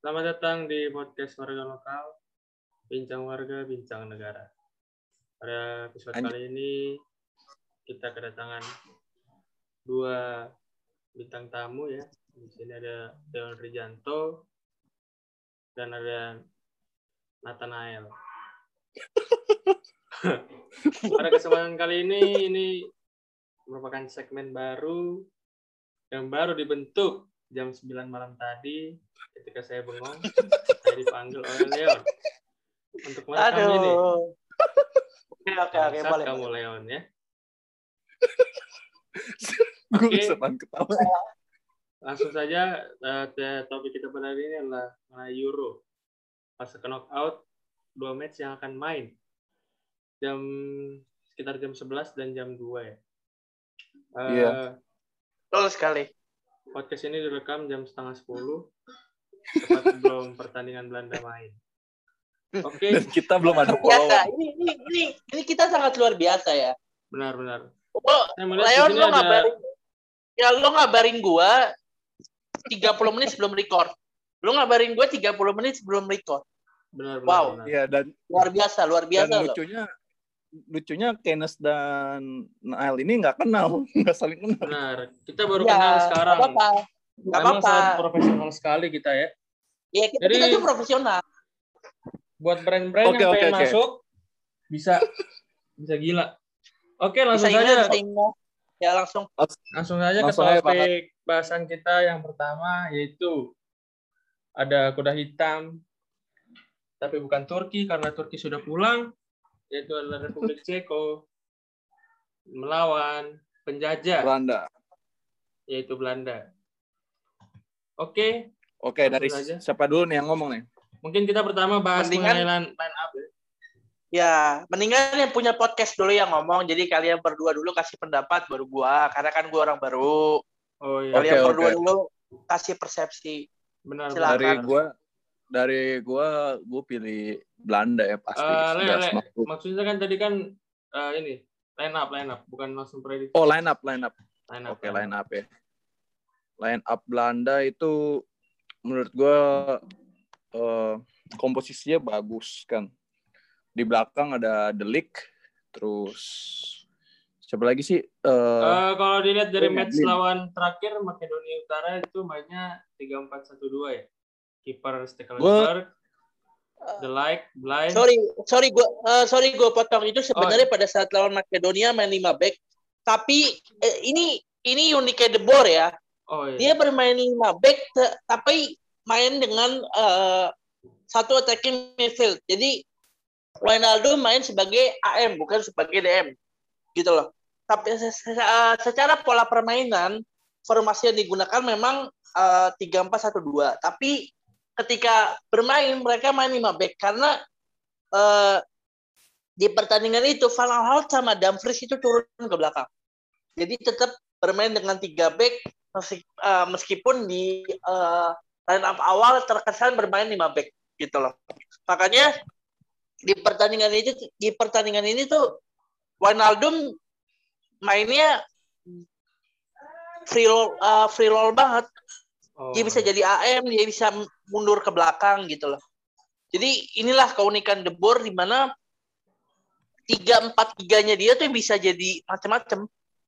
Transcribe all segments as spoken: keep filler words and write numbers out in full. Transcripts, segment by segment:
Selamat datang di podcast Warga Lokal, Bincang Warga, Bincang Negara. Pada episode Anj- kali ini, kita kedatangan dua bintang tamu ya. Di sini ada Deon Rijanto dan ada Nathanael. Pada kesempatan kali ini, ini merupakan segmen baru yang baru dibentuk jam sembilan malam tadi ketika saya bengong. Saya dipanggil oleh Leon untuk merekam Aduh. ini. Oke, oke, oke. Bangsat Boleh, kamu boleh. Leon ya. Gue Oke. bisa ketawa. Langsung saja uh, topik kita pada hari ini adalah mengenai Euro. Fase knockout dua match yang akan main jam sekitar jam sebelas dan jam dua ya. Uh, Iya. Betul sekali. Podcast ini direkam jam setengah sepuluh, tepat sebelum pertandingan Belanda main. Oke, Dan kita belum ada Biasa. follow. Ini, ini, ini, ini kita sangat luar biasa ya. benar-benar. Oh, Saya melihat Leon, di sini lo ada ngabarin, ya lo ngabarin gua tiga puluh menit sebelum record. Lo ngabarin gua tiga puluh menit sebelum record. benar-benar. Wow. benar. Iya, dan Luar biasa, luar biasa dan loh. lucunya lucunya Keynes dan Nael ini nggak kenal, nggak saling kenal. Benar. Kita baru Ya, kenal sekarang. Gak apa-apa. Gak Memang apa-apa. sangat profesional sekali kita ya. Ya, kita, Jadi- kita tuh profesional. Buat brand-brand Oke, yang oke, pengen oke. masuk bisa bisa gila. Oke, langsung Bisa saja ingat, bisa ingat. Ya, langsung. langsung saja Langsung ke aja, Pak. topik bahasan kita yang pertama, yaitu ada kuda hitam tapi bukan Turki karena Turki sudah pulang, yaitu adalah Republik Ceko melawan penjajah Belanda. yaitu Belanda. Oke, Oke, Langsung dari aja. siapa dulu nih yang ngomong nih? mungkin kita pertama bahas Mendingan- mengenai line, line up ya. Ya, mendingan yang punya podcast dulu yang ngomong. Jadi kalian berdua dulu kasih pendapat baru gua. Karena kan gua orang baru. Oh iya, Kalian Oke, berdua oke. dulu kasih persepsi. benar. Silakan. Dari gua dari gua gua pilih Belanda ya pasti. Eh, Le, Sudah Le, semakin. maksudnya kan tadi kan eh, ini line up, line up, bukan langsung prediksi. Oh, line up, line up. line up. Oke, line up ya. Line up Belanda itu menurut gue uh, komposisinya bagus kan. Di belakang ada De Ligt, terus siapa lagi sih? Uh, Eh, kalau dilihat dari Oh, match Medlin. lawan terakhir Makedonia Utara itu mainnya tiga empat satu dua ya. Kiper Stekelenburg, De Ligt, Blind. Sorry, sorry gua eh, sorry gua potong itu sebenarnya pada saat lawan Makedonia main lima back. Tapi eh, ini ini uniknya De Boer ya. Oh Dia iya. bermain lima back te- tapi main dengan eh, satu attacking midfield. Jadi Wijnaldum main sebagai A M bukan sebagai D M. Gitu loh. Tapi se- se- eh, secara pola permainan formasi yang digunakan memang eh, tiga empat satu dua. Tapi ketika bermain mereka main lima back karena eh, di pertandingan itu Van Aanholt sama Dumfries itu turun ke belakang. Jadi tetap bermain dengan tiga back meski- eh, meskipun di eh, line up awal terkesan bermain lima back gitu loh. Makanya di pertandingan itu di pertandingan ini tuh Wijnaldum mainnya free roll eh, free roll banget. Oh. Dia bisa jadi A M, dia bisa mundur ke belakang gitu loh. Jadi inilah keunikan De Boer di mana tiga empat tiga-nya dia tuh bisa jadi macam-macam.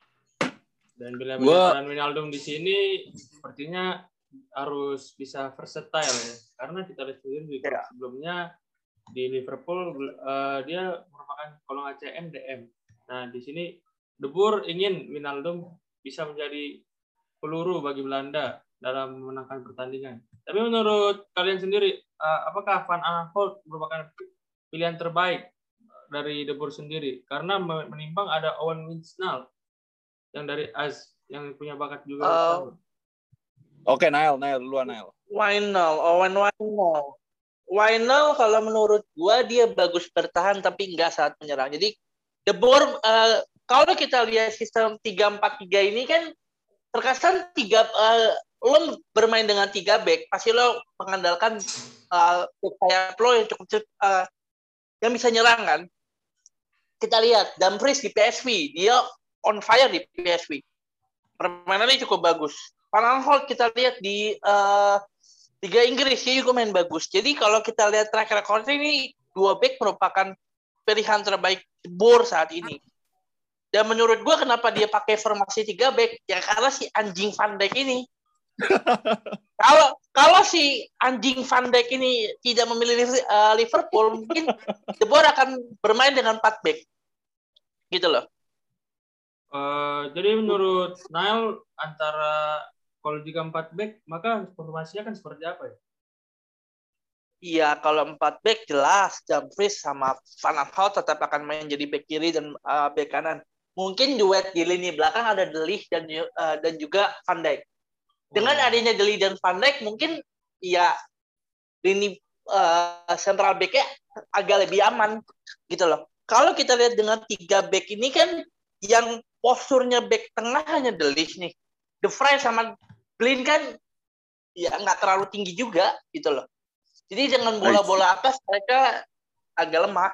Dan bila Gua- melihat Wijnaldum di sini sepertinya harus bisa versatile ya. Karena kita lihat sendiri di klub Ya. sebelumnya di Liverpool eh, dia merupakan kalau nggak C M D M. Nah, di sini De Boer ingin Wijnaldum bisa menjadi peluru bagi Belanda dalam memenangkan pertandingan. Tapi menurut kalian sendiri, eh, apakah Van Aanholt merupakan pilihan terbaik dari De Boer sendiri? Karena menimbang ada Owen Wijnaldum yang dari A Z yang punya bakat juga Uh, sama. Oke, Nael, Nael duluan Nael. Wijnaldum, Owen Wijnaldum. Wijnaldum kalau menurut gua dia bagus bertahan tapi nggak saat menyerang. Jadi De Boer eh, kalau kita lihat sistem tiga empat tiga ini kan terkesan tiga eh, lo bermain dengan tiga back pasti lo mengandalkan eh, kayak lo yang cukup eh, yang bisa nyerang kan. Kita lihat Dumfries di P S V, dia on fire di P S V. Permainannya cukup bagus. Van Aanholt kita lihat di uh, Liga Inggris dia juga main bagus. Jadi kalau kita lihat track record ini dua back merupakan pilihan terbaik De Boer saat ini. Dan menurut gue kenapa dia pakai formasi tiga back ya karena si anjing Van Dijk ini. Kalau kalau si anjing Van Dijk ini tidak memilih uh, Liverpool mungkin De Boer akan bermain dengan empat back. Gitu loh. Uh, jadi menurut Nail antara kalau jika empat back, maka formasinya kan seperti apa ya? Iya, kalau empat back jelas Dumfries sama Van Aanholt tetap akan main jadi back kiri dan uh, back kanan. Mungkin duet di lini belakang ada De Ligt dan uh, dan juga Van Dijk. Dengan adanya De Ligt dan Van Dijk mungkin ya lini uh, central back-nya agak lebih aman gitu loh. Kalau kita lihat dengan tiga back ini kan yang posturnya back tengah hanya De Ligt nih. De Vrij sama Blind kan ya nggak terlalu tinggi juga gitu loh. Jadi dengan bola-bola atas mereka agak lemah.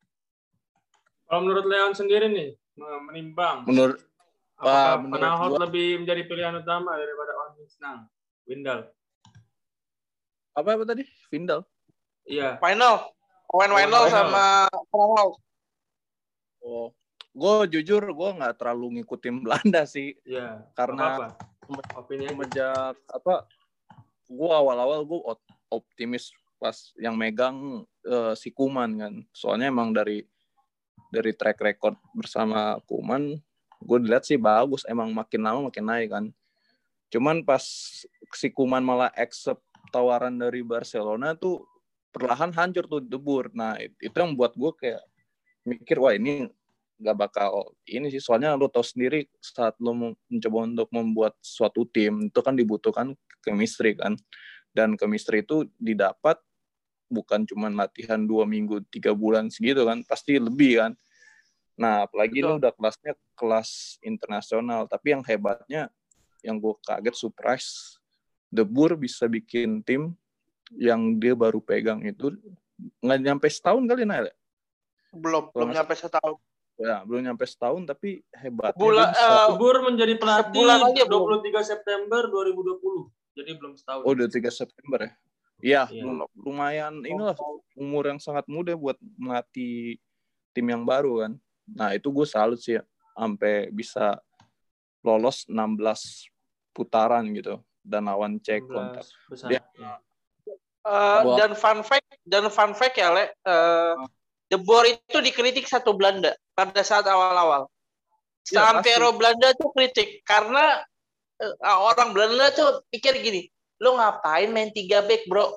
Kalau menurut Leon sendiri nih, menimbang. Menurut apakah Van Aanholt lebih menjadi pilihan utama daripada Owen Wijnaldum? Windal. Apa apa tadi? Windal. Iya. Final. Owen Wijnaldum sama Van Aanholt. Oh, gue jujur gue nggak terlalu ngikutin Belanda sih. Iya. Karena opini semenjak apa? Gue awal-awal gue optimis pas yang megang uh, si Koeman kan. Soalnya emang dari dari track record bersama Koeman, gue dilihat sih bagus. Emang makin lama makin naik kan. Cuman pas si Koeman malah accept tawaran dari Barcelona tuh perlahan hancur tuh De Boer. Nah itu yang buat gue kayak mikir wah ini nggak bakal ini sih. Soalnya lo tau sendiri saat lo mencoba untuk membuat suatu tim itu kan dibutuhkan chemistry kan. Dan chemistry itu didapat bukan cuma latihan dua minggu, tiga bulan segitu kan. Pasti lebih kan. Nah, apalagi ini udah kelasnya kelas internasional. Tapi yang hebatnya, yang gue kaget, surprise, De Boer bisa bikin tim yang dia baru pegang itu nggak nyampe setahun kali, Nail? Belum, belum nyampe setahun. Ya, belum nyampe setahun, tapi hebatnya Bula, dia bisa. Uh, De Boer menjadi pelatih dua puluh tiga September dua ribu dua puluh. Jadi belum setahun. Oh, dua puluh tiga September ya? Iya, yeah. lumayan inilah umur yang sangat muda buat melatih tim yang baru kan. Nah, itu gue salut sih ya, sampai bisa lolos enam belas putaran gitu dan lawan Ceko. Dia, yeah. uh, dan fun fact dan fun fact ya, Le, uh, De Boer itu dikritik satu Belanda pada saat awal-awal. Santero ya, Belanda tuh kritik karena uh, orang Belanda tuh pikir gini, lo ngapain main tiga back bro,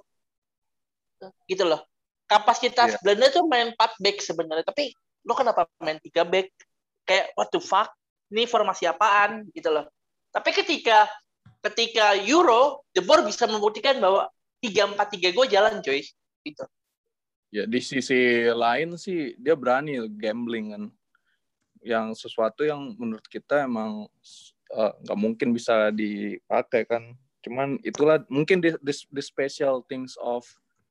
gitu loh. Kapasitas yeah. Belanda tuh main empat back sebenarnya, tapi lo kenapa main tiga back? Kayak what the fuck? Ini formasi apaan? Gitu loh. Tapi ketika ketika Euro, De Boer bisa membuktikan bahwa tiga empat tiga gue jalan coy. Gitu. Ya di sisi lain sih dia berani gambling kan. Yang sesuatu yang menurut kita emang nggak uh, mungkin bisa dipakai kan. Cuman itulah mungkin the, the, the special things of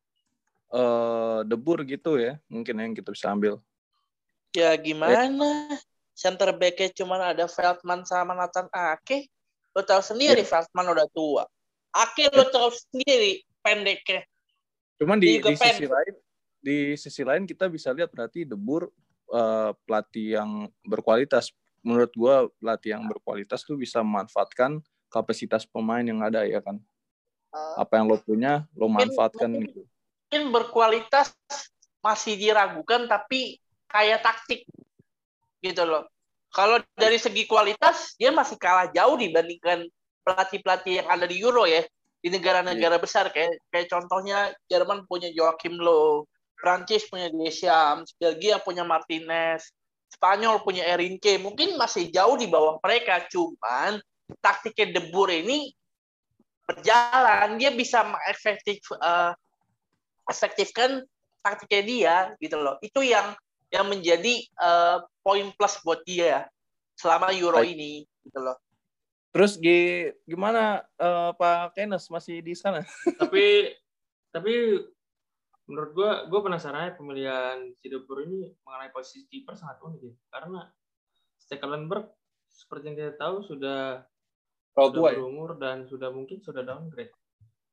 uh, De Boer gitu ya. Mungkin yang kita bisa ambil. Ya gimana? Eh. Center back-nya cuma ada Veltman sama Nathan Ake. Lo tahu sendiri yeah. Veltman udah tua. Ake lo tahu sendiri pendeknya. Cuman di, di sisi lain di sisi lain kita bisa lihat berarti De Boer uh, pelatih yang berkualitas. Menurut gue pelatih yang berkualitas tuh bisa memanfaatkan kapasitas pemain yang ada ya kan. Uh, Apa yang lo punya lo manfaatkan mungkin, gitu. Mungkin berkualitas masih diragukan tapi kayak taktik gitu loh. Kalau dari segi kualitas dia masih kalah jauh dibandingkan pelatih-pelatih yang ada di Euro ya. Di negara-negara yeah. besar kayak kayak contohnya Jerman punya Joachim Löw, Prancis punya Deschamps, Belgia punya Martinez, Spanyol punya Erinke. Mungkin masih jauh di bawah mereka, cuman taktiknya De Boer ini berjalan, dia bisa mengefektif uh, efektifkan taktiknya dia gitu loh. Itu yang yang menjadi uh, poin plus buat dia selama Euro Baik. ini gitu loh. Terus gimana uh, Pak Kenes masih di sana? Tapi tapi menurut gue, gue penasaran pemilihan si De Boer ini mengenai posisi kiper sangat unik ya. Karena Stekelenburg seperti yang kita tahu sudah, sudah berumur ya? Dan sudah mungkin sudah downgrade.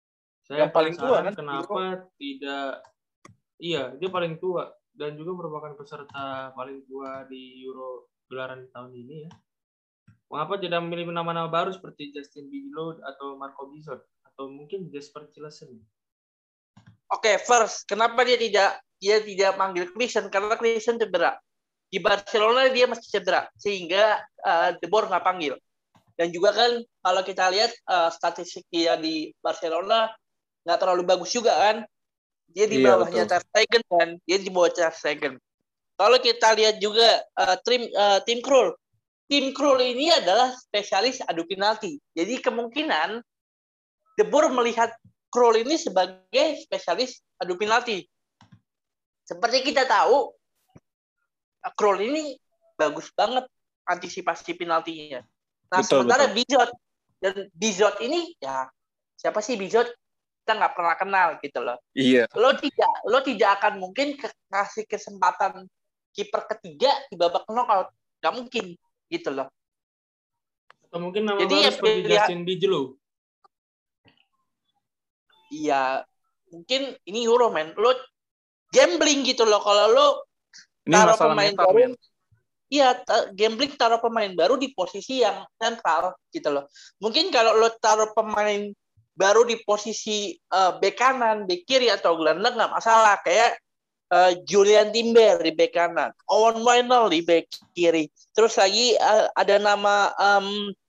Saya Yang paling tua kan? kenapa tidak iya, dia paling tua dan juga merupakan peserta paling tua di Euro gelaran tahun ini ya. Mengapa tidak memilih nama-nama baru seperti Justin Bigelow atau Marco Bizot atau mungkin Jesper Cillessen? Oke, okay, first, kenapa dia tidak dia tidak manggil Christian? Karena Christian cedera. Di Barcelona dia masih cedera, sehingga uh, De Boer nggak panggil. Dan juga kan kalau kita lihat uh, statistik dia di Barcelona nggak terlalu bagus juga kan. Dia di bawahnya Ter Stegen kan, dia di bawah Ter Stegen. Kalau kita lihat juga uh, tim uh, tim Krul, tim Krul ini adalah spesialis adu penalti. Jadi kemungkinan De Boer melihat Krul ini sebagai spesialis adu penalti. Seperti kita tahu, Krul ini bagus banget antisipasi penaltinya. Nah, betul, sementara betul. Bizot dan Bizot ini ya siapa sih Bizot? Kita nggak pernah kenal gitu loh. Iya. Lo tidak lo tidak akan mungkin kasih kesempatan kiper ketiga di babak knockout. Nggak mungkin gitu loh. Atau mungkin nama Jadi, baru ya, seperti pilihan, Justin Bigelow. Iya, mungkin ini Euro man. Lo gambling gitu loh kalau lo taruh pemain metal, baru. Man. Iya, t- gambling taruh pemain baru di posisi yang sentral gitu loh. Mungkin kalau lo taruh pemain baru di posisi uh, bek kanan, bek kiri atau gelandang nggak masalah. Kayak uh, Julian Timber di bek kanan, Owen Wijnaldum di bek kiri. Terus lagi uh, ada nama um,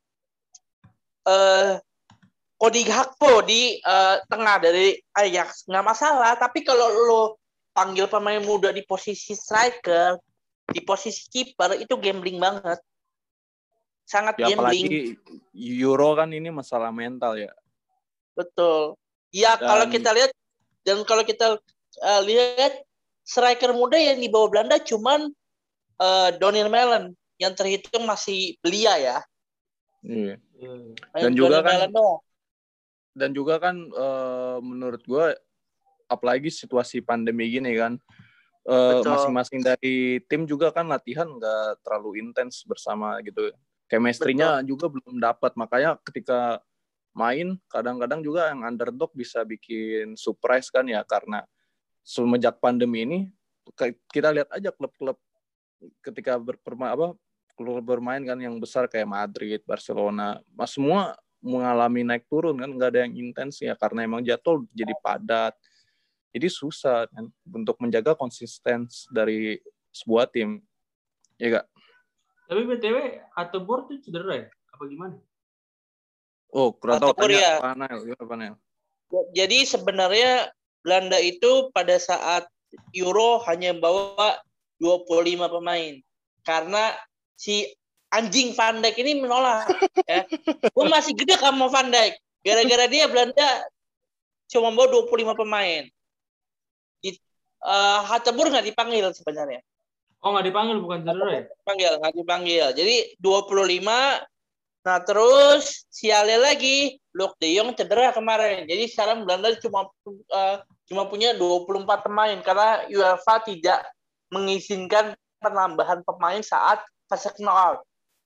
uh, Cody Gakpo di uh, tengah dari Ajax, nggak masalah. Tapi kalau lo panggil pemain muda di posisi striker, di posisi kiper, itu gambling banget. Sangat ya, gambling. Apalagi Euro kan ini masalah mental ya. Betul. Ya, dan kalau kita lihat dan kalau kita uh, lihat striker muda yang dibawa Belanda cuman uh, Donny Malen yang terhitung masih belia ya. Iya. Hmm. Dan juga kan dan juga kan uh, menurut gue apalagi situasi pandemi gini kan uh, masing-masing dari tim juga kan latihan nggak terlalu intens bersama gitu. Chemistry-nya juga belum dapat, makanya ketika main kadang-kadang juga yang underdog bisa bikin surprise kan ya, karena semenjak pandemi ini kita lihat aja klub-klub ketika berperma apa klub bermain kan yang besar kayak Madrid, Barcelona, mas semua mengalami naik turun kan, nggak ada yang intens ya karena emang jadwal jadi padat, jadi susah kan untuk menjaga konsistensi dari sebuah tim, ya gak? Tapi B T W Hateboer tuh cedera ya? Apa gimana? Oh, kurang tahu, tanya Panel, ya, Panel. Jadi sebenarnya Belanda itu pada saat Euro hanya bawa dua puluh lima pemain. Karena si anjing Van Dijk ini menolak. Ya. Gue masih gede sama Van Dijk. Gara-gara dia Belanda cuma bawa dua puluh lima pemain. Di, uh, Hateboer nggak dipanggil sebenarnya. Oh, nggak dipanggil, bukan cedera ya? Dipanggil, nggak dipanggil. Jadi dua puluh lima. Nah, terus sialnya lagi, Luuk de Jong cedera kemarin. Jadi sekarang Belanda cuma uh, cuma punya dua puluh empat pemain karena UEFA tidak mengizinkan penambahan pemain saat fase knockout.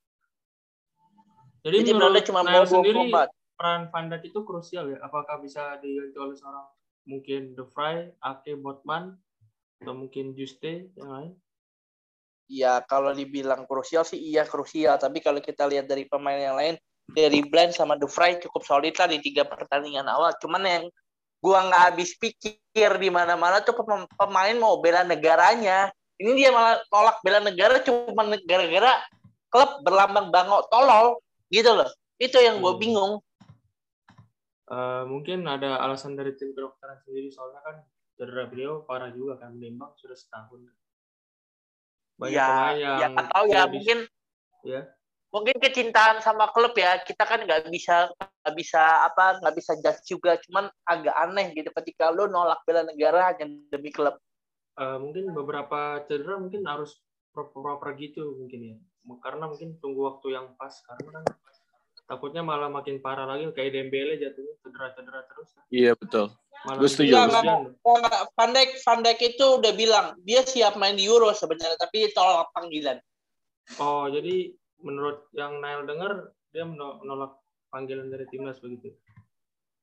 Jadi, Jadi Belanda cuma bawa dua puluh empat. Peran Van Dijk itu krusial ya. Apakah bisa diganti oleh seorang mungkin De Vrij, Ake, Botman, atau mungkin Juste yang lain? Ya, kalau dibilang krusial sih iya krusial. Tapi kalau kita lihat dari pemain yang lain, dari Blind sama De Vrij cukup solid lah di tiga pertandingan awal. Cuman yang gua nggak habis pikir di mana-mana tuh pemain mau bela negaranya. Ini dia malah tolak bela negara cuma gara-gara klub berlambang bangau tolol gitu loh. Itu yang gue bingung. Uh, mungkin ada alasan dari tim kedokteran sendiri, soalnya kan cedera beliau parah juga kan, menembak sudah setahun. Banyak ya, pemain yang ya tahu ya di, mungkin ya. Mungkin kecintaan sama klub ya, kita kan nggak bisa nggak bisa apa nggak bisa judge juga, cuman agak aneh gitu ketika lo nolak bela negara hanya demi klub. Uh, mungkin beberapa cedera mungkin harus proper gitu mungkin ya, karena mungkin tunggu waktu yang pas, karena kan takutnya malah makin parah lagi kayak Dembele jatuhnya cedera-cedera terus. Kan? Iya betul. Gue setuju. Van Dijk, Van Dijk itu udah bilang dia siap main di Euro sebenarnya, tapi tolak panggilan. Oh, jadi menurut yang Nail dengar dia menolak panggilan dari timnas begitu?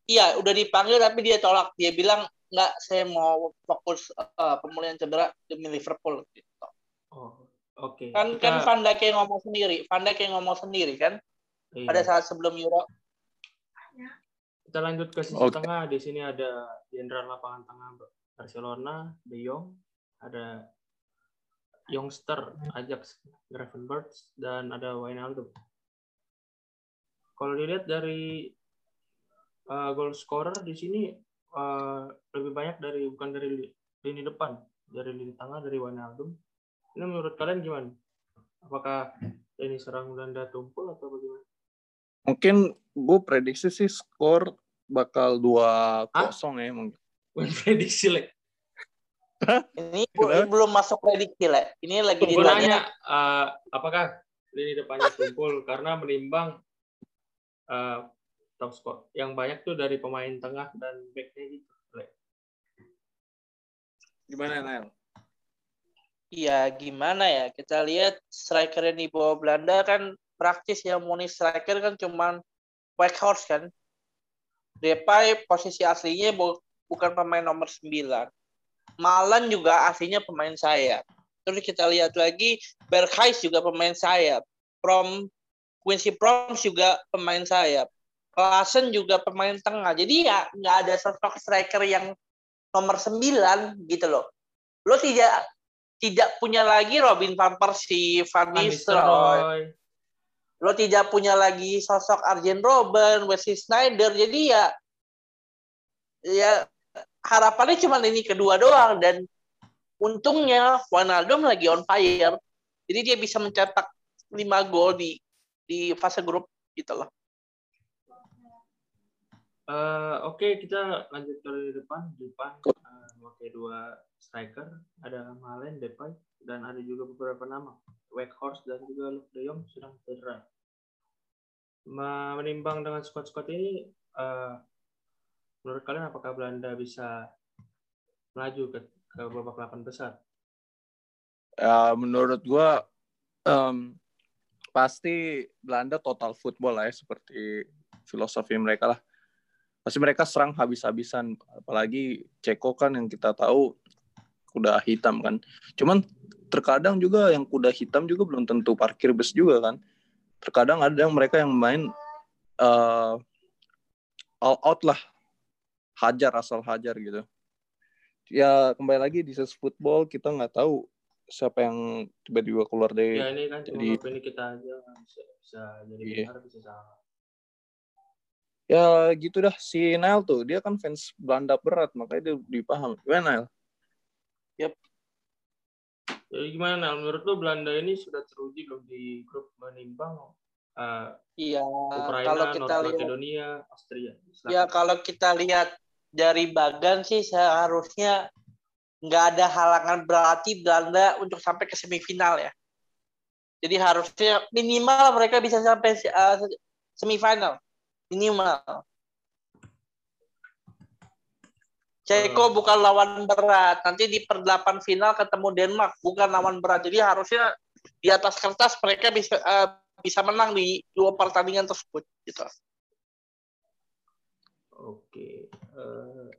iya udah dipanggil tapi dia tolak. Dia bilang nggak, saya mau fokus uh, pemulihan cedera demi Liverpool. Gitu. Oh, oke. Okay. Kan Kita... kan Van Dijk yang ngomong sendiri, Van Dijk yang ngomong sendiri kan iya. pada saat sebelum Euro. Kita lanjut ke sisi okay. tengah. Di sini ada jenderal lapangan tengah Barcelona, De Jong, ada youngster Ajax Gravenberch, dan ada Wijnaldum. Kalau dilihat dari uh, goal scorer di sini uh, lebih banyak dari bukan dari lini depan, dari lini tengah, dari Wijnaldum. Ini menurut kalian gimana? Apakah ini serang Belanda tumpul atau bagaimana? Mungkin gue prediksi sih skor bakal dua kosong ya mungkin. Bukan prediksi lah. Ini belum masuk prediksi lah. Ini lagi ditanya. ditanya uh, apakah lini depannya tumpul karena menimbang uh, top skor yang banyak tuh dari pemain tengah dan back-nya gitu. Gimana, Nel? Iya, gimana ya? Kita lihat striker yang di bawah Belanda kan praktis ya, murni striker kan cuman Weghorst kan. Depay posisi aslinya bukan pemain nomor sembilan. Malan juga aslinya pemain sayap. Terus kita lihat lagi Berghuis juga pemain sayap. Prom Quincy Promes juga pemain sayap. Klaassen juga pemain tengah. Jadi ya nggak ada sosok striker yang nomor sembilan gitu loh. Lo tidak tidak punya lagi Robin van Persie, Van Nistelrooy. Lo tidak punya lagi sosok Arjen Robben, Wesley Sneijder. Jadi ya ya harapannya cuma ini kedua doang, dan untungnya Wijnaldum lagi on fire. Jadi dia bisa mencetak lima gol di di fase grup gitu loh. Uh, Oke, okay, kita lanjut ke depan. Di depan uh, memakai dua striker, ada Malen, Depay, dan ada juga beberapa nama, Weghorst dan juga Luuk De Jong sedang cedera. Menimbang dengan squad-squad ini, uh, menurut kalian apakah Belanda bisa melaju ke, ke babak delapan besar? Ya, menurut gua um, pasti Belanda total football lah ya, seperti filosofi mereka lah. Pasti mereka serang habis-habisan, apalagi Ceko kan yang kita tahu kuda hitam kan. Cuman terkadang juga yang kuda hitam juga belum tentu parkir bus juga kan. Terkadang ada yang mereka yang main uh, all out lah, hajar asal hajar gitu. Ya kembali lagi di sesi football kita nggak tahu siapa yang tiba-tiba keluar dari. Ya ini kan jadi, cuma ini kita aja bisa, bisa jadi iya. benar bisa salah. Ya gitu dah, si Nile tuh dia kan fans Belanda berat, makanya dia dipaham. Gimana Nile? Yep. Jadi gimana Nile? Menurut lu Belanda ini sudah teruji belum di grup menimbang uh, iya, Ukraina, kalau kita North lihat, Macedonia, Austria. Selatan. Ya kalau kita lihat dari Bagan sih seharusnya nggak ada halangan berarti Belanda untuk sampai ke semifinal ya. Jadi harusnya minimal mereka bisa sampai uh, semifinal. Minimal. Ceko bukan lawan berat. Nanti di perdelapan final ketemu Denmark, bukan lawan berat. Jadi harusnya di atas kertas mereka bisa uh, bisa menang di dua pertandingan tersebut. Gitu. Oke. Uh...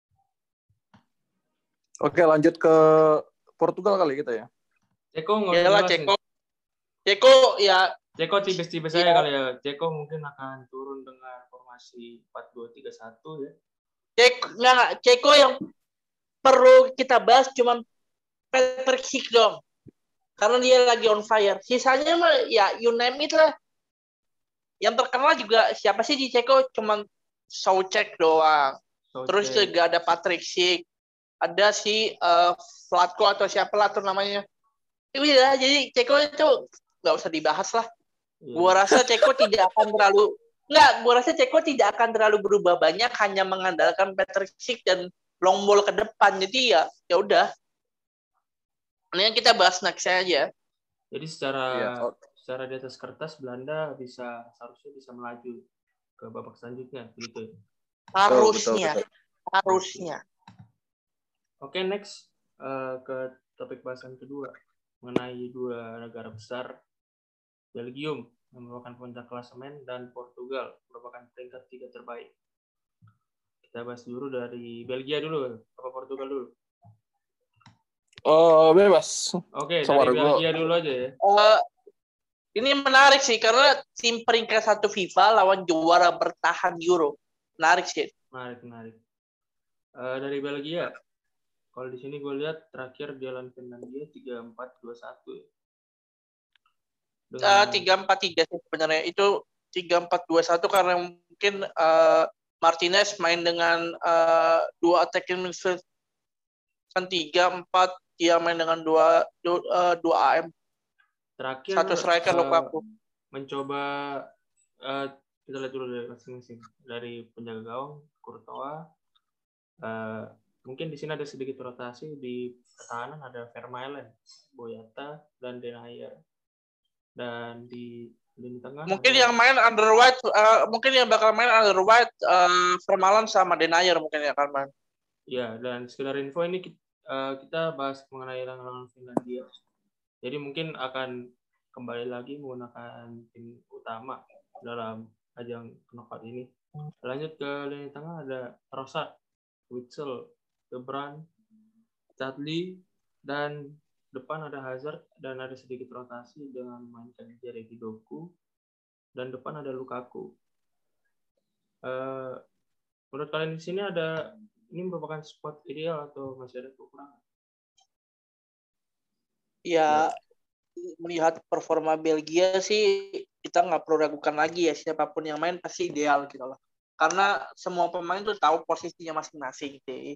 Oke, lanjut ke Portugal kali kita ya. Ceko nggak usah jelas Ceko. Ceko ya. Ceko tipis-tipis ya. aja kali ya. Ceko mungkin akan turun dengan formasi empat dua tiga satu ya. Ceko, nggak, Ceko yang perlu kita bahas cuma Patrick Schick dong. Karena dia lagi on fire. Sisanya mah ya you name it lah. Yang terkenal juga siapa sih di Ceko? Cuma Soucek doang. Soucek. Terus juga ada Patrick Schick. Ada si uh, Vlatko atau siapa lah tuh namanya. Iya, jadi Ceko itu nggak usah dibahas lah. Yeah. Gua rasa Ceko tidak akan terlalu Nggak, gue rasa Ceko tidak akan terlalu berubah banyak, hanya mengandalkan Patrick Schick dan long ball ke depan. Jadi ya, ya udah. Ini kita bahas next aja. Jadi secara yeah. oh. secara di atas kertas Belanda bisa seharusnya bisa melaju ke babak selanjutnya, gitu. Harusnya, betul, betul, betul. harusnya. Oke, okay, next uh, ke topik bahasan kedua mengenai dua negara besar, Belgium yang merupakan puncak klasemen dan Portugal merupakan peringkat tiga terbaik. Kita bahas dulu dari Belgia dulu, apa Portugal dulu? Oh, bebas. Oke, Sabar dari gua. Belgia dulu aja ya. Uh, ini menarik sih karena tim peringkat satu FIFA lawan juara bertahan Euro. Menarik sih. Menarik, menarik. Uh, dari Belgia, kalau di sini gue lihat terakhir dia lawan Finlandia tiga empat dua satu ya. Uh, tiga empat tiga sih sebenarnya. Itu tiga empat dua satu karena mungkin uh, Martinez main dengan uh, dua attacking midfield. Kan tiga empat dia main dengan dua dua, uh, dua A M. Terakhir satu striker uh, Lukaku. Mencoba uh, kita lihat dulu dari masing-masing. Dari penjaga gawang Courtois. Uh, mungkin di sini ada sedikit rotasi di pertahanan, ada Vermaelen, Boyata, dan Denayer. Dan di lini tengah mungkin ada... yang main Underwhite uh, mungkin yang bakal main Underwhite uh, Vermaelen sama Denayer mungkin yang akan main. Ya, dan sekedar info ini kita, uh, kita bahas mengenai lawan Finlandia. Jadi mungkin akan kembali lagi menggunakan tim utama dalam ajang knockout ini. Lanjut ke lini tengah ada Trossard, Witsel, De Bruyne, Chadli, dan depan ada Hazard dan ada sedikit rotasi dengan mainkan Jeremy Doku, dan depan ada Lukaku. Uh, menurut kalian di sini ada ini merupakan spot ideal atau masih ada kekurangan? Ya, ya, melihat performa Belgia sih kita nggak perlu ragukan lagi ya, siapapun yang main pasti ideal gitu loh. Karena semua pemain tuh tahu posisinya masing-masing sih.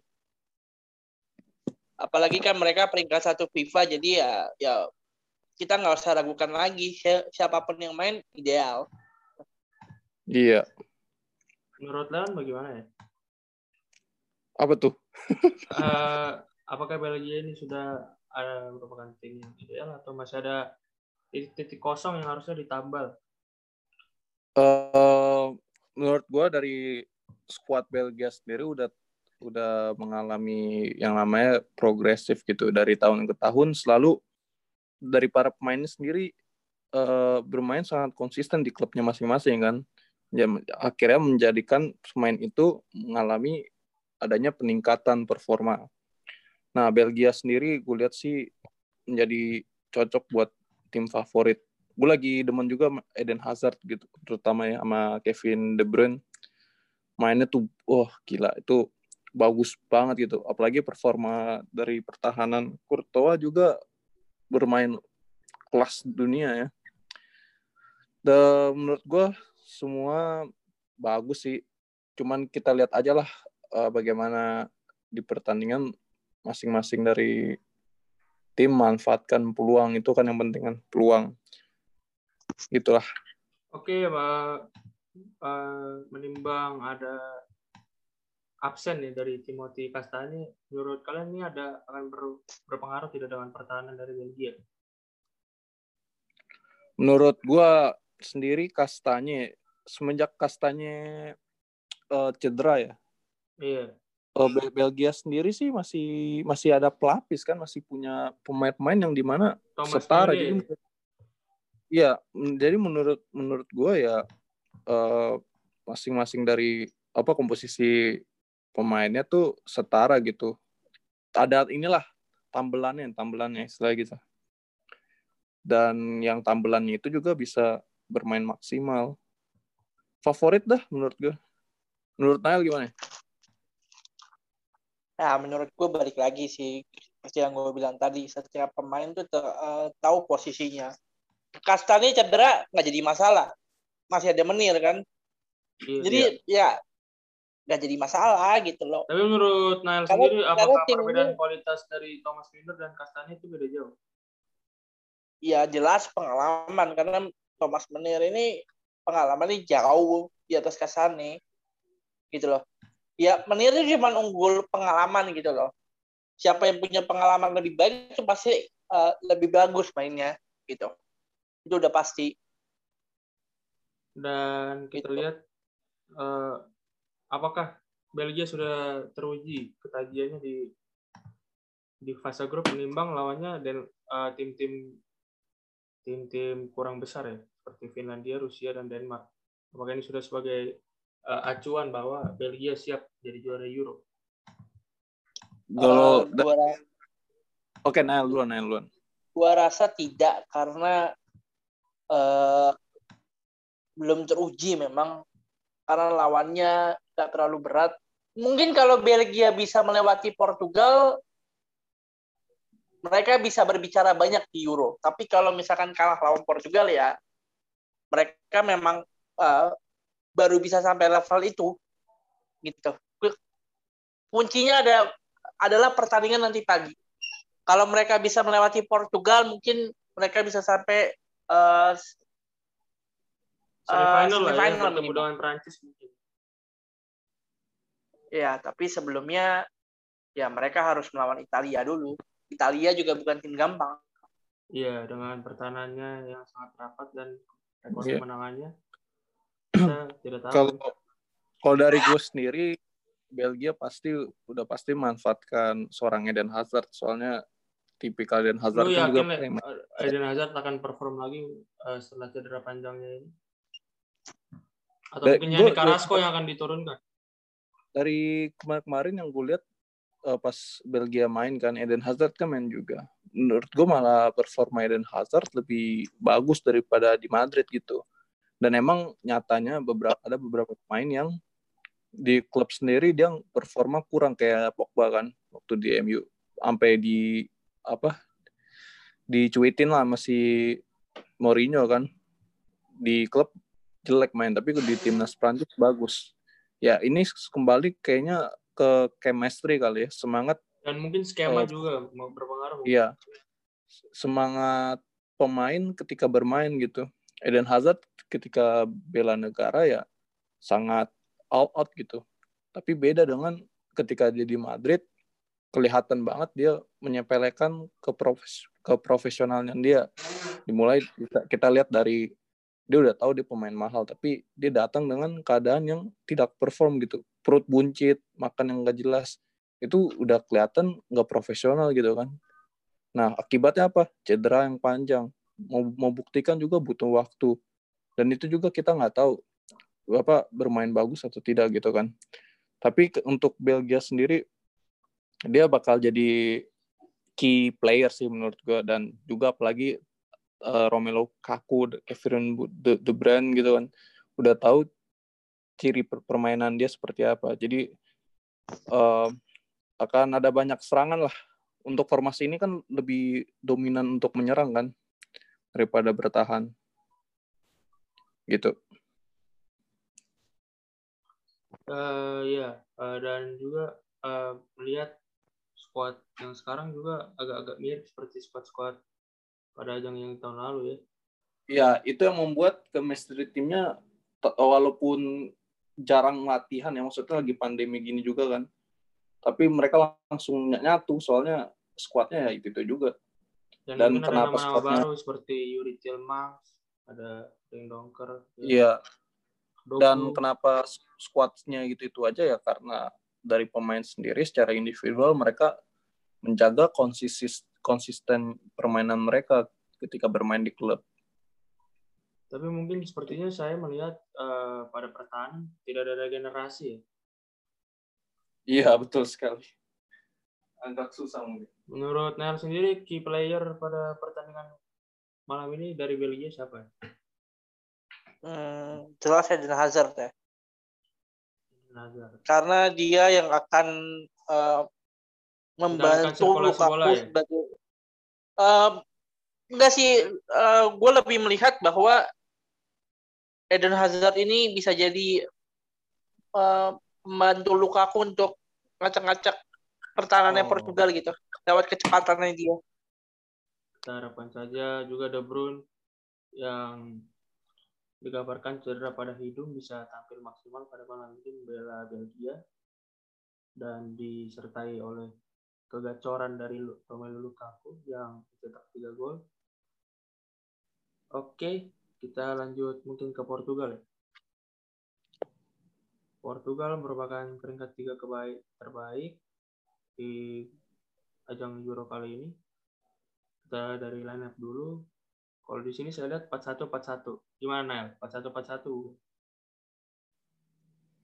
Apalagi kan mereka peringkat satu FIFA, jadi ya ya kita nggak usah ragukan lagi, siapapun yang main ideal. Iya. Menurut Leon bagaimana ya? Apa tuh? uh, apakah Belgia ini sudah ada merupakan tim yang ideal atau masih ada titik kosong yang harusnya ditambal? Uh, menurut gue dari skuad Belgia sendiri udah udah mengalami yang namanya progresif gitu dari tahun ke tahun, selalu dari para pemainnya sendiri uh, bermain sangat konsisten di klubnya masing-masing kan, ya, akhirnya menjadikan pemain itu mengalami adanya peningkatan performa. Nah, Belgia sendiri gue lihat sih menjadi cocok buat tim favorit. Gue lagi demen juga Eden Hazard gitu, terutama ya sama Kevin De Bruyne. Mainnya tuh, wah oh, gila, itu bagus banget gitu. Apalagi performa dari pertahanan. Courtois juga bermain kelas dunia ya. Dan menurut gue semua bagus sih. Cuman kita lihat aja lah uh, bagaimana di pertandingan masing-masing dari tim manfaatkan peluang, itu kan yang penting kan, peluang. Gitulah. Oke, Pak. Uh, menimbang ada absen nih dari Timothy Castagne, menurut kalian ini ada akan ber, berpengaruh tidak dengan pertahanan dari Belgia? Menurut gua sendiri Castagne, semenjak Castagne uh, cedera ya. Iya. Uh, Belgia sendiri sih masih masih ada pelapis kan, masih punya pemain-pemain yang dimana Thomas setara. Müller. Jadi iya, jadi menurut menurut gua ya uh, masing-masing dari apa komposisi pemainnya tuh setara gitu. Ada inilah tambelannya, tambelannya istilah gitu. Dan yang tambelannya itu juga bisa bermain maksimal. Favorit dah menurut gue. Menurut Nail gimana? Nah, menurut gue balik lagi sih, seperti yang gue bilang tadi, setiap pemain tuh ter, uh, tahu posisinya. Castagne cedera nggak jadi masalah, masih ada Menir kan. Iya, jadi iya. ya nggak jadi masalah gitu loh. Tapi menurut Nail karena, sendiri, apakah tim perbedaan ini, kualitas dari Thomas Müller dan Castagne itu beda jauh? Ya jelas pengalaman, karena Thomas Menir ini pengalamannya jauh di atas Castagne gitu loh. Ya Menir itu cuma unggul pengalaman gitu loh. Siapa yang punya pengalaman lebih baik itu pasti uh, lebih bagus mainnya gitu. Itu udah pasti. Dan kita gitu. lihat uh, apakah Belgia sudah teruji ketajiannya di di fase grup menimbang lawannya dan uh, tim-tim tim-tim kurang besar ya, seperti Finlandia, Rusia, dan Denmark. Apakah ini sudah sebagai uh, acuan bahwa Belgia siap jadi juara Euro? Kalau Uh, gua, oke, okay, Nail duluan, Nail duluan. Gua rasa tidak karena uh, belum teruji memang karena lawannya tidak terlalu berat. Mungkin kalau Belgia bisa melewati Portugal, mereka bisa berbicara banyak di Euro. Tapi kalau misalkan kalah lawan Portugal ya, mereka memang uh, baru bisa sampai level itu, gitu. Kuncinya ada adalah pertandingan nanti pagi. Kalau mereka bisa melewati Portugal, mungkin mereka bisa sampai uh, semifinal uh, lah ya, bertemu minimal. dengan Prancis mungkin. Ya, tapi sebelumnya ya mereka harus melawan Italia dulu. Italia juga bukan tim gampang. Iya, dengan pertahanannya yang sangat rapat dan rekor yeah. kemenangannya, kita tidak tahu. Kalau kalau dari gue sendiri, Belgia pasti udah pasti manfaatkan seorang Eden Hazard, soalnya tipikal Eden Hazard lu kan yakin juga Le, Eden Hazard akan perform lagi uh, setelah cedera panjangnya ini? Atau dari, mungkin Yannick Carrasco yang akan diturunkan? Dari kemarin-kemarin yang gue lihat uh, pas Belgia main kan, Eden Hazard kan main juga. Menurut gue malah performa Eden Hazard lebih bagus daripada di Madrid gitu. Dan emang nyatanya beberapa ada beberapa pemain yang di klub sendiri dia performa kurang, kayak Pogba kan waktu di M U, sampai di apa dicuitin lah masih Mourinho kan, di klub jelek main tapi di timnas Prancis bagus. Ya ini kembali kayaknya ke chemistry kali ya, semangat dan mungkin skema uh, juga mau berpengaruh. Iya, semangat pemain ketika bermain gitu. Eden Hazard ketika bela negara ya sangat all out gitu. Tapi beda dengan ketika dia di Madrid, kelihatan banget dia menyepelekan ke profes ke profesionalnya dia. Dimulai kita, kita lihat dari dia udah tahu dia pemain mahal, tapi dia datang dengan keadaan yang tidak perform gitu. Perut buncit, makan yang nggak jelas. Itu udah kelihatan nggak profesional gitu kan. Nah, akibatnya apa? Cedera yang panjang. Mau, mau buktikan juga butuh waktu. Dan itu juga kita nggak tahu Bapak bermain bagus atau tidak gitu kan. Tapi untuk Belgia sendiri, dia bakal jadi key player sih menurut gue. Dan juga apalagi uh, Romelu Lukaku, Kevin De, De Bruyne gitu kan. Udah tahu ciri permainan dia seperti apa. Jadi uh, akan ada banyak serangan lah. Untuk formasi ini kan lebih dominan untuk menyerang kan daripada bertahan. Gitu. Uh, ya, uh, dan juga uh, melihat squad yang sekarang juga agak-agak mirip seperti squad-squad pada ajang yang tahun lalu ya. Ya, itu yang membuat chemistry timnya walaupun jarang latihan ya, maksudnya lagi pandemi gini juga kan. Tapi mereka langsung nyatu soalnya squadnya ya itu-itu juga. Dan, Dan mungkin kenapa ada nama-nama squadnya baru seperti Yuri Tillmans, ada Ring Donker. Iya. Ya. Dan kenapa squadnya gitu-itu aja ya karena dari pemain sendiri secara individual mereka menjaga konsisten konsisten permainan mereka ketika bermain di klub. Tapi mungkin sepertinya saya melihat uh, pada pertahanan tidak ada regenerasi ya. Iya, betul sekali. Agak susah mungkin. Menurut Neil sendiri, key player pada pertandingan malam ini dari Belgia siapa? Hmm, jelas Eden Hazard ya. Hazard. Karena dia yang akan uh, membantu Lukaku ya? sebagai uh, enggak sih, uh, gue lebih melihat bahwa Eden Hazard ini bisa jadi uh, membantu Lukaku untuk ngacak-ngacak pertahanannya oh. Portugal gitu, lewat kecepatannya dia. Kita harapkan saja juga De Bruyne yang dikabarkan cedera pada hidung bisa tampil maksimal pada malam ini membela Belgia dan disertai oleh kegacoran dari Romelu Lukaku yang mencetak tiga gol. Oke, kita lanjut mungkin ke Portugal ya. Portugal merupakan peringkat tiga kebaik, terbaik di ajang Euro kali ini. Kita dari line up dulu. Kalau di sini saya lihat empat satu empat satu. Gimana, Nel? empat satu empat satu.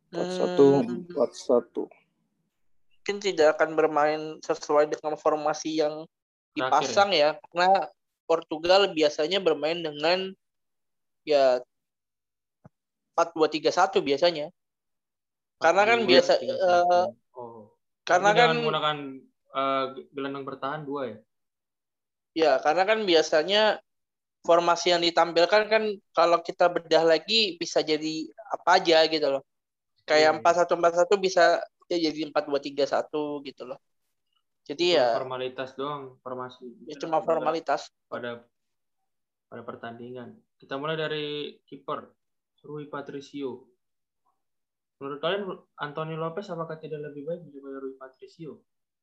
empat satu Hmm, empat satu. mungkin tidak akan bermain sesuai dengan formasi yang Terakhir dipasang ya, karena Portugal biasanya bermain dengan ya empat dua tiga satu biasanya. Karena kan biasa tiga eh, satu. Oh. karena Tapi kan dengan menggunakan uh, gelandang bertahan dua ya. ya karena kan biasanya formasi yang ditampilkan kan kalau kita bedah lagi bisa jadi apa aja gitu loh. Iya, Kayak empat satu empat satu bisa ya jadi empat dua tiga satu gitu loh. Jadi cuma ya, formalitas doang, formasi ya cuma formalitas. pada pada pertandingan. Kita mulai dari kiper Rui Patricio. Menurut kalian Anthony Lopez apakah tidak lebih baik daripada Rui Patricio?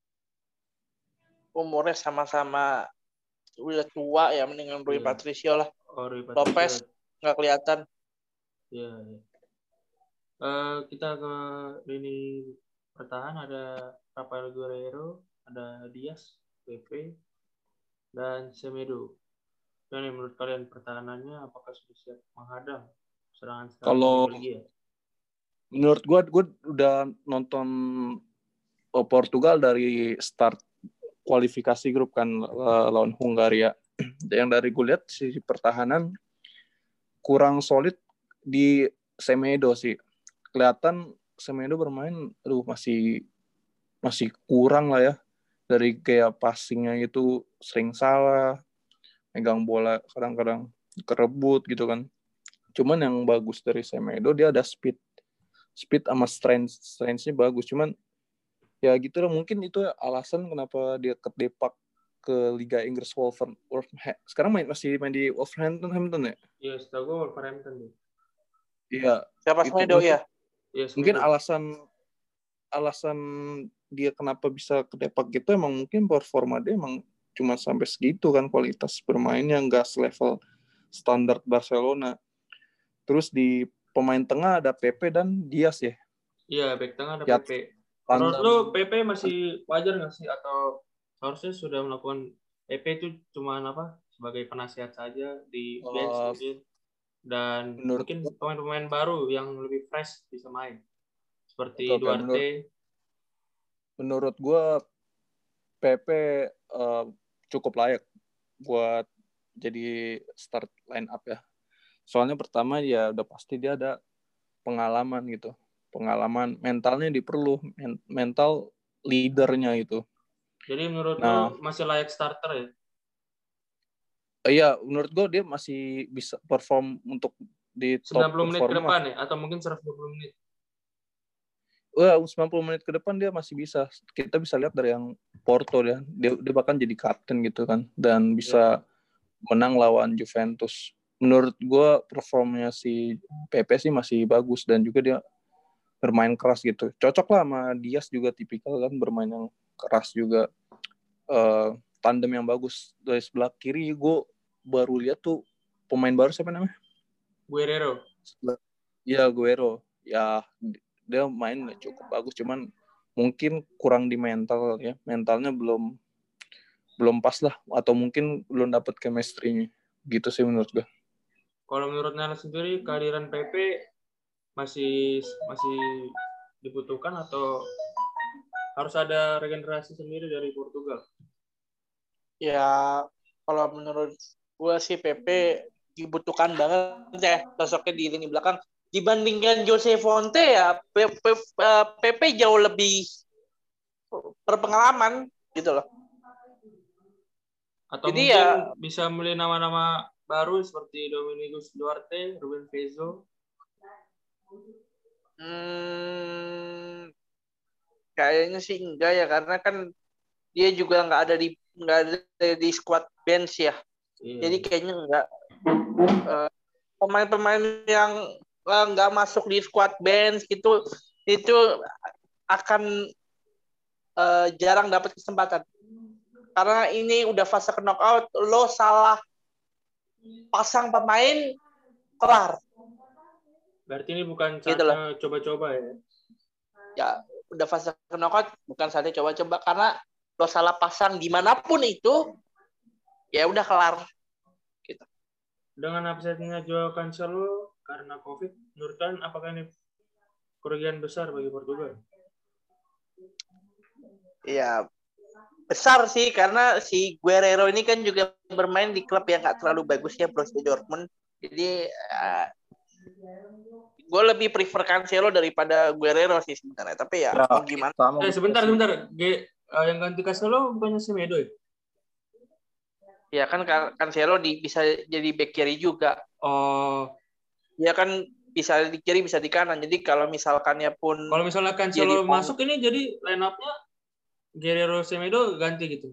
Umurnya sama-sama udah tua ya, mendingan Rui Iya. Patricio lah. Oh, Rui Patricio. Lopez nggak kelihatan. Iya. Ya. Uh, kita ke lini pertahanan ada Rafael Guerreiro, ada Diaz, P P, dan Semedo. Dan menurut kalian pertahanannya apakah sudah siap menghadang serangan-serangan Kalau Belgia? menurut gue, gue udah nonton Portugal dari start kualifikasi grup kan uh, lawan Hungaria. Yang dari gue lihat sisi pertahanan kurang solid di Semedo sih. Kelihatan Semedo bermain aduh masih masih kurang lah ya. Dari kayak passingnya itu sering salah, megang bola kadang-kadang kerebut gitu kan. Cuman yang bagus dari Semedo dia ada speed. Speed sama strength, strength-nya bagus. Cuman ya gitu lah, mungkin itu alasan kenapa dia kedepak ke Liga Inggris Wolverhampton. Sekarang main masih main di Wolverhampton Hampton ya? Iya, setahu gue Wolverhampton deh. Iya. Siapa Semedo ya? Iya, Mungkin alasan alasan dia kenapa bisa kedepak gitu emang mungkin performa dia emang cuma sampai segitu kan, kualitas bermainnya nggak selevel standar Barcelona. Terus di pemain tengah ada Pepe dan Diaz ya. Iya, back tengah ada Ya, P P. tandem. Menurut lu P P masih wajar nggak sih atau harusnya sudah melakukan P P itu cuma apa sebagai penasihat saja di bench Uh, mungkin dan menurut mungkin pemain-pemain baru yang lebih fresh bisa main seperti okay, okay. Duarte. Menurut, menurut gue P P uh, cukup layak buat jadi start line up ya. Soalnya pertama ya udah pasti dia ada pengalaman gitu. Pengalaman mentalnya diperlu, men- mental leadernya itu. Jadi menurut nah, lo masih layak starter ya? Iya, menurut gue dia masih bisa perform untuk di top sembilan puluh menit ke performa. depan ya? Atau mungkin seratus dua puluh menit? Wah, sembilan puluh menit ke depan dia masih bisa. Kita bisa lihat dari yang Porto dia. Dia, dia bahkan jadi kapten gitu kan. Dan bisa yeah. menang lawan Juventus. Menurut gue performnya si P P sih masih bagus. Dan juga dia bermain keras gitu. Cocok lah sama Diaz juga tipikal kan. Bermain yang keras juga. Uh, tandem yang bagus. Dari sebelah kiri gue baru lihat tuh pemain baru siapa namanya? Guerreiro. Iya, Guerreiro. Ya, dia main cukup bagus, cuman mungkin kurang di mental ya. Mentalnya belum belum pas lah, atau mungkin belum dapat chemistry-nya. Gitu sih menurut gue. Kalau menurut Nana sendiri, kehadiran P P masih masih dibutuhkan atau harus ada regenerasi sendiri dari Portugal? Ya, kalau menurut gue sih P P dibutuhkan banget ya sosoknya di lini belakang. Dibandingkan Jose Fonte ya, P P, P P jauh lebih berpengalaman gitu loh. Atau Jadi mungkin ya, bisa beli nama-nama baru seperti Domingos Duarte, Ruben Vezo. Hmm, kayaknya sih enggak ya, karena kan dia juga nggak ada di nggak ada di squad bench ya. Iya. Jadi kayaknya enggak. Uh, pemain-pemain yang nggak masuk di squad bench gitu itu akan uh, jarang dapat kesempatan. Karena ini udah fase knockout, lo salah pasang pemain, kelar. Berarti ini bukan saatnya gitu coba-coba ya? Ya, udah fase knockout, bukan saatnya coba-coba. Karena lo salah pasang dimanapun itu, ya udah kelar. Gitu. Dengan absennya Joao Cancelo karena COVID, menurut kalian apakah ini kerugian besar bagi Portugal. Iya, besar sih karena si Guerrero ini kan juga bermain di klub yang nggak terlalu bagus ya, Borussia Dortmund. Jadi uh, gue lebih prefer Cancelo daripada Guerrero sih sebenarnya. Tapi ya, Ya, mau gimana? sama Eh gitu sebentar sih. sebentar. G, uh, yang ganti Cancelo bukannya Semedo ya? Ya kan Cancelo di, bisa jadi back kiri juga. Oh, Ya kan bisa di kiri bisa di kanan. Jadi kalau misalkannya pun kalau misalnya Cancelo masuk ini jadi line up-nya Guerrero Semedo ganti gitu.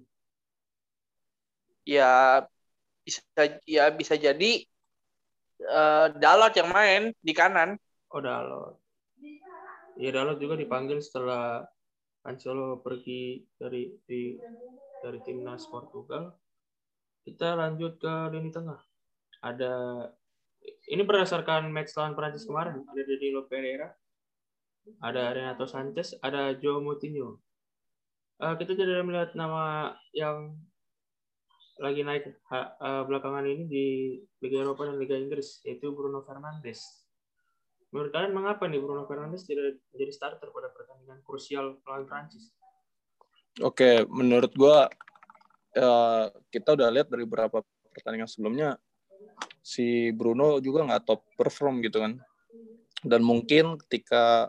Ya bisa ya bisa jadi uh, Dalot yang main di kanan. Oh, Dalot. Iya, Dalot juga dipanggil setelah Cancelo pergi dari di, dari timnas Portugal. Kita lanjut ke lini tengah. Ada ini berdasarkan match lawan Prancis kemarin. Ada Danilo Pereira, ada Renato Sanchez, ada Joao Moutinho. Uh, kita tidak melihat nama yang lagi naik uh, belakangan ini di Liga Eropa dan Liga Inggris, yaitu Bruno Fernandes. Menurut kalian mengapa nih Bruno Fernandes tidak menjadi starter pada pertandingan krusial melawan Prancis? Oke, menurut gua uh, kita udah lihat dari beberapa pertandingan sebelumnya si Bruno juga nggak top perform gitu kan. Dan mungkin ketika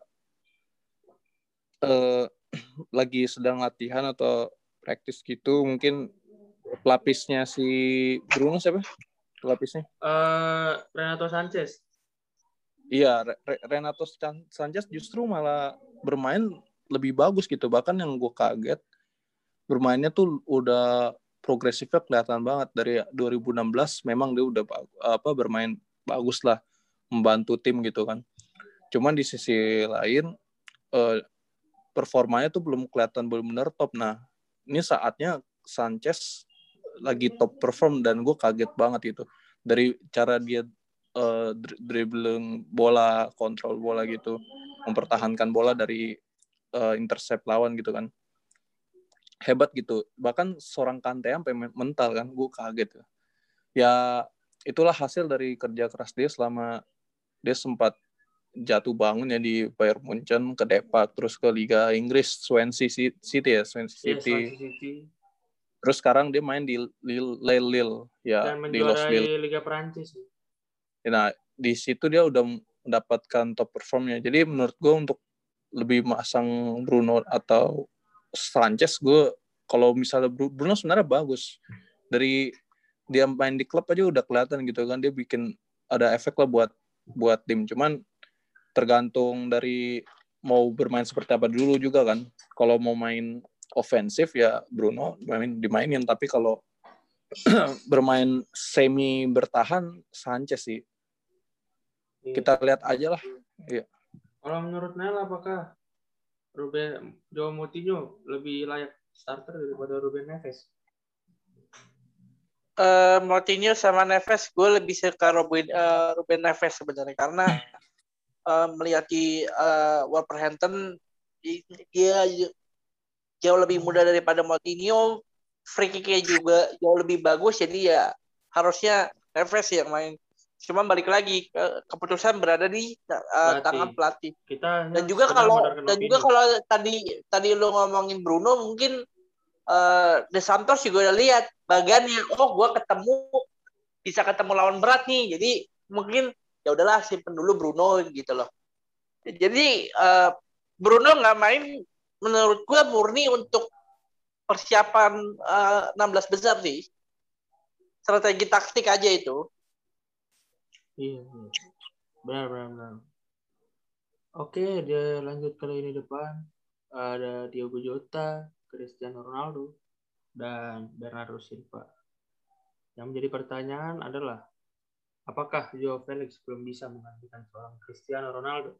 uh, lagi sedang latihan atau praktis gitu, mungkin pelapisnya si Bruno siapa? Pelapisnya? Uh, Renato Sanchez. Iya, Renato Sanchez justru malah bermain lebih bagus gitu. Bahkan yang gue kaget, bermainnya tuh udah progresifnya kelihatan banget. Dari dua ribu enam belas memang dia udah apa bermain bagus lah, membantu tim gitu kan. Cuman di sisi lain, eh, performanya tuh belum kelihatan benar-benar top. Nah, ini saatnya Sanchez lagi top perform dan gue kaget banget itu. Dari cara dia uh, dribbling bola, kontrol bola gitu, mempertahankan bola dari uh, intercept lawan gitu kan. Hebat gitu. Bahkan seorang Kante sampai mental kan, gue kaget. Ya itulah hasil dari kerja keras dia selama dia sempat jatuh bangun ya di Bayern Munchen, ke Depak, terus ke Liga Inggris, Swansea City ya, Swansea Yes, City. Swansea City. Terus sekarang dia main di Lille, Lille, Lille ya, dan di Los Lille. Liga Prancis. Nah, di situ dia udah mendapatkan top performnya. Jadi menurut gue untuk lebih masang Bruno atau Sanchez, gue kalau misalnya Bruno sebenarnya bagus. Dari dia main di klub aja udah kelihatan gitu kan, dia bikin ada efek lah buat buat tim. Cuman tergantung dari mau bermain seperti apa dulu juga kan. Kalau mau main ofensif ya Bruno main dimainin, tapi kalau bermain semi bertahan Sanchez sih. Iya. Kita lihat aja lah. Iya. Kalau menurut Nel, apakah Ruben Joao Moutinho lebih layak starter daripada Ruben Neves? Uh, Moutinho sama Neves, gue lebih suka Ruben, uh, Ruben Neves sebenarnya karena uh, melihat di uh, Wolverhampton dia jauh lebih muda daripada Moutinho, free kick-nya juga jauh lebih bagus, jadi ya harusnya Neves yang main. Cuma balik lagi keputusan berada di uh, tangan pelatih. Kita dan juga kalau dan juga kalau tadi tadi lo ngomongin Bruno, mungkin uh, De Santos juga udah lihat bagiannya, oh gue ketemu bisa ketemu lawan berat nih, jadi mungkin ya udahlah simpen dulu Bruno gitu loh. Jadi uh, Bruno nggak main menurut gue murni untuk persiapan uh, enam belas besar sih, strategi taktik aja itu. Iya, benar, benar, benar. Oke, dia lanjut ke lini depan. Ada Diogo Jota, Cristiano Ronaldo, dan Bernardo Silva. Yang menjadi pertanyaan adalah, apakah Joao Felix belum bisa menggantikan seorang Cristiano Ronaldo?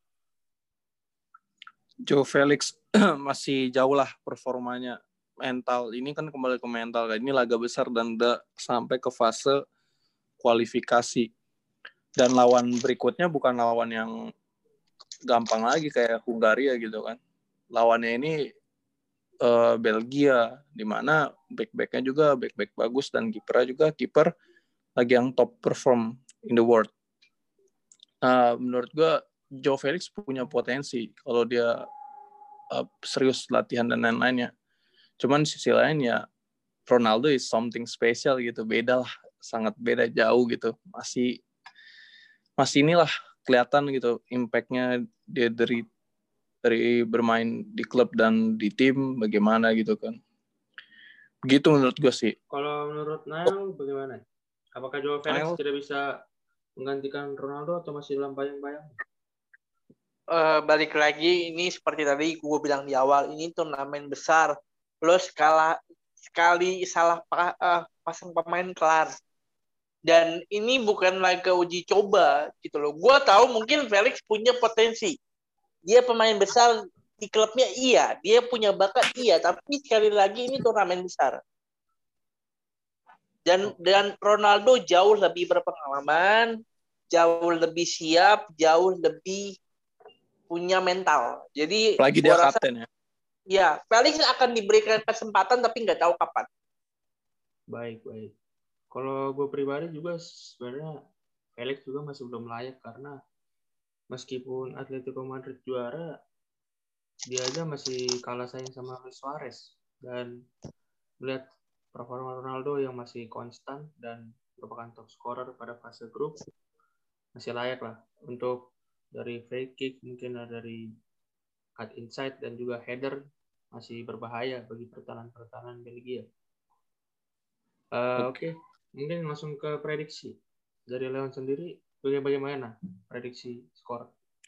Joao Felix masih jauh lah performanya. Mental, ini kan kembali ke mental. Ini laga besar dan udah sampai ke fase kualifikasi. Dan lawan berikutnya bukan lawan yang gampang lagi kayak Hungaria gitu kan. Lawannya ini uh, Belgia, di mana back-backnya juga back-back bagus dan kipernya juga kiper lagi yang top perform in the world. Nah, menurut gue Joe Felix punya potensi kalau dia uh, serius latihan dan lain-lainnya. Cuman sisi lain ya Ronaldo is something special gitu, beda lah, sangat beda jauh gitu. Masih masih inilah kelihatan gitu impact-nya dia dari dari bermain di klub dan di tim bagaimana gitu kan. Begitu menurut gue sih. Kalau menurut Nail bagaimana? Apakah Joao Felix Nail, tidak bisa menggantikan Ronaldo atau masih dalam bayang-bayang? Uh, balik lagi, ini seperti tadi gue bilang di awal, ini turnamen besar. Lo skala, sekali salah uh, pasang pemain kelar. Dan ini bukan laga uji coba gitu loh. Gue tahu mungkin Felix punya potensi. Dia pemain besar di klubnya, iya. Dia punya bakat, iya. Tapi sekali lagi ini turnamen besar. Dan dan Ronaldo jauh lebih berpengalaman, jauh lebih siap, jauh lebih punya mental. Jadi lagi dia rasa, kapten ya. Ya, Felix akan diberikan kesempatan tapi nggak tahu kapan. Baik, baik. Kalau gue pribadi juga sebenarnya Felix juga masih belum layak karena meskipun Atletico Madrid juara, dia aja masih kalah saing sama Luis Suarez. Dan melihat performa Ronaldo yang masih konstan dan merupakan top scorer pada fase grup, masih layak lah untuk dari free kick, mungkin dari cut inside dan juga header masih berbahaya bagi pertahanan-pertahanan Belgia. Uh, Oke, okay. Mungkin langsung ke prediksi dari Leon sendiri. Bagaimana prediksi skor?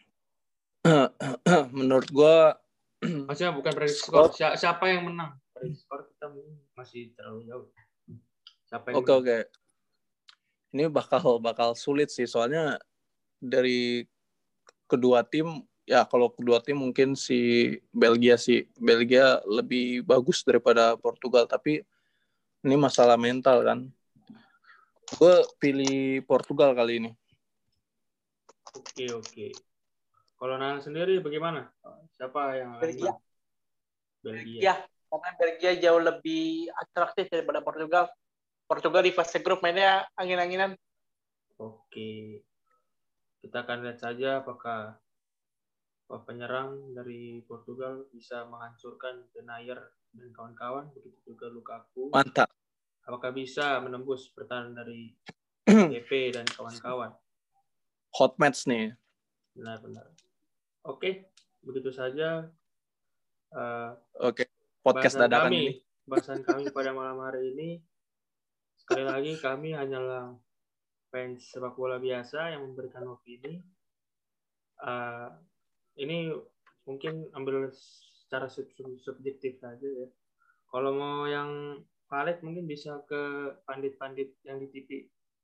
Menurut gue, maksudnya bukan prediksi skor. Si- siapa yang menang? Prediksi skor kita masih terlalu jauh. Siapa yang Oke okay, oke. Okay. Ini bakal bakal sulit sih, soalnya dari kedua tim. Ya, kalau kedua tim mungkin si Belgia sih. Belgia lebih bagus daripada Portugal. Tapi ini masalah mental kan. Gue pilih Portugal kali ini. Oke, oke. Kalau Nana sendiri bagaimana? Siapa yang Belgia? Belgia. Ya, karena Belgia jauh lebih atraktif daripada Portugal. Portugal di fase grup mainnya angin-anginan. Oke. Kita akan lihat saja apakah penyerang dari Portugal bisa menghancurkan Denayer dan kawan-kawan, begitu juga Lukaku. Mantap. Apakah bisa menembus pertahanan dari P P dan kawan-kawan? Hot match nih. Benar-benar. Oke, begitu saja. Uh, Oke, podcast dadakan kami, ini. Bahasan kami pada malam hari ini. Sekali lagi, kami hanyalah fans sepak bola biasa yang memberikan opini. Uh, ini mungkin ambil secara sub subjektif saja ya. Kalau mau yang valid mungkin bisa ke pandit-pandit yang di T V.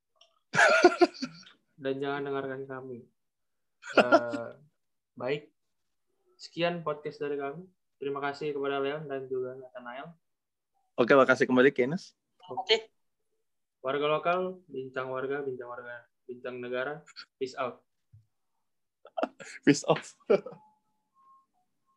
Dan jangan dengarkan kami. Uh, baik. Sekian podcast dari kami. Terima kasih kepada Leon dan juga Nathanael. Oke, makasih kembali Keynes. Oke. Warga lokal, bincang warga, bincang warga, bincang negara. Peace out. Peace out.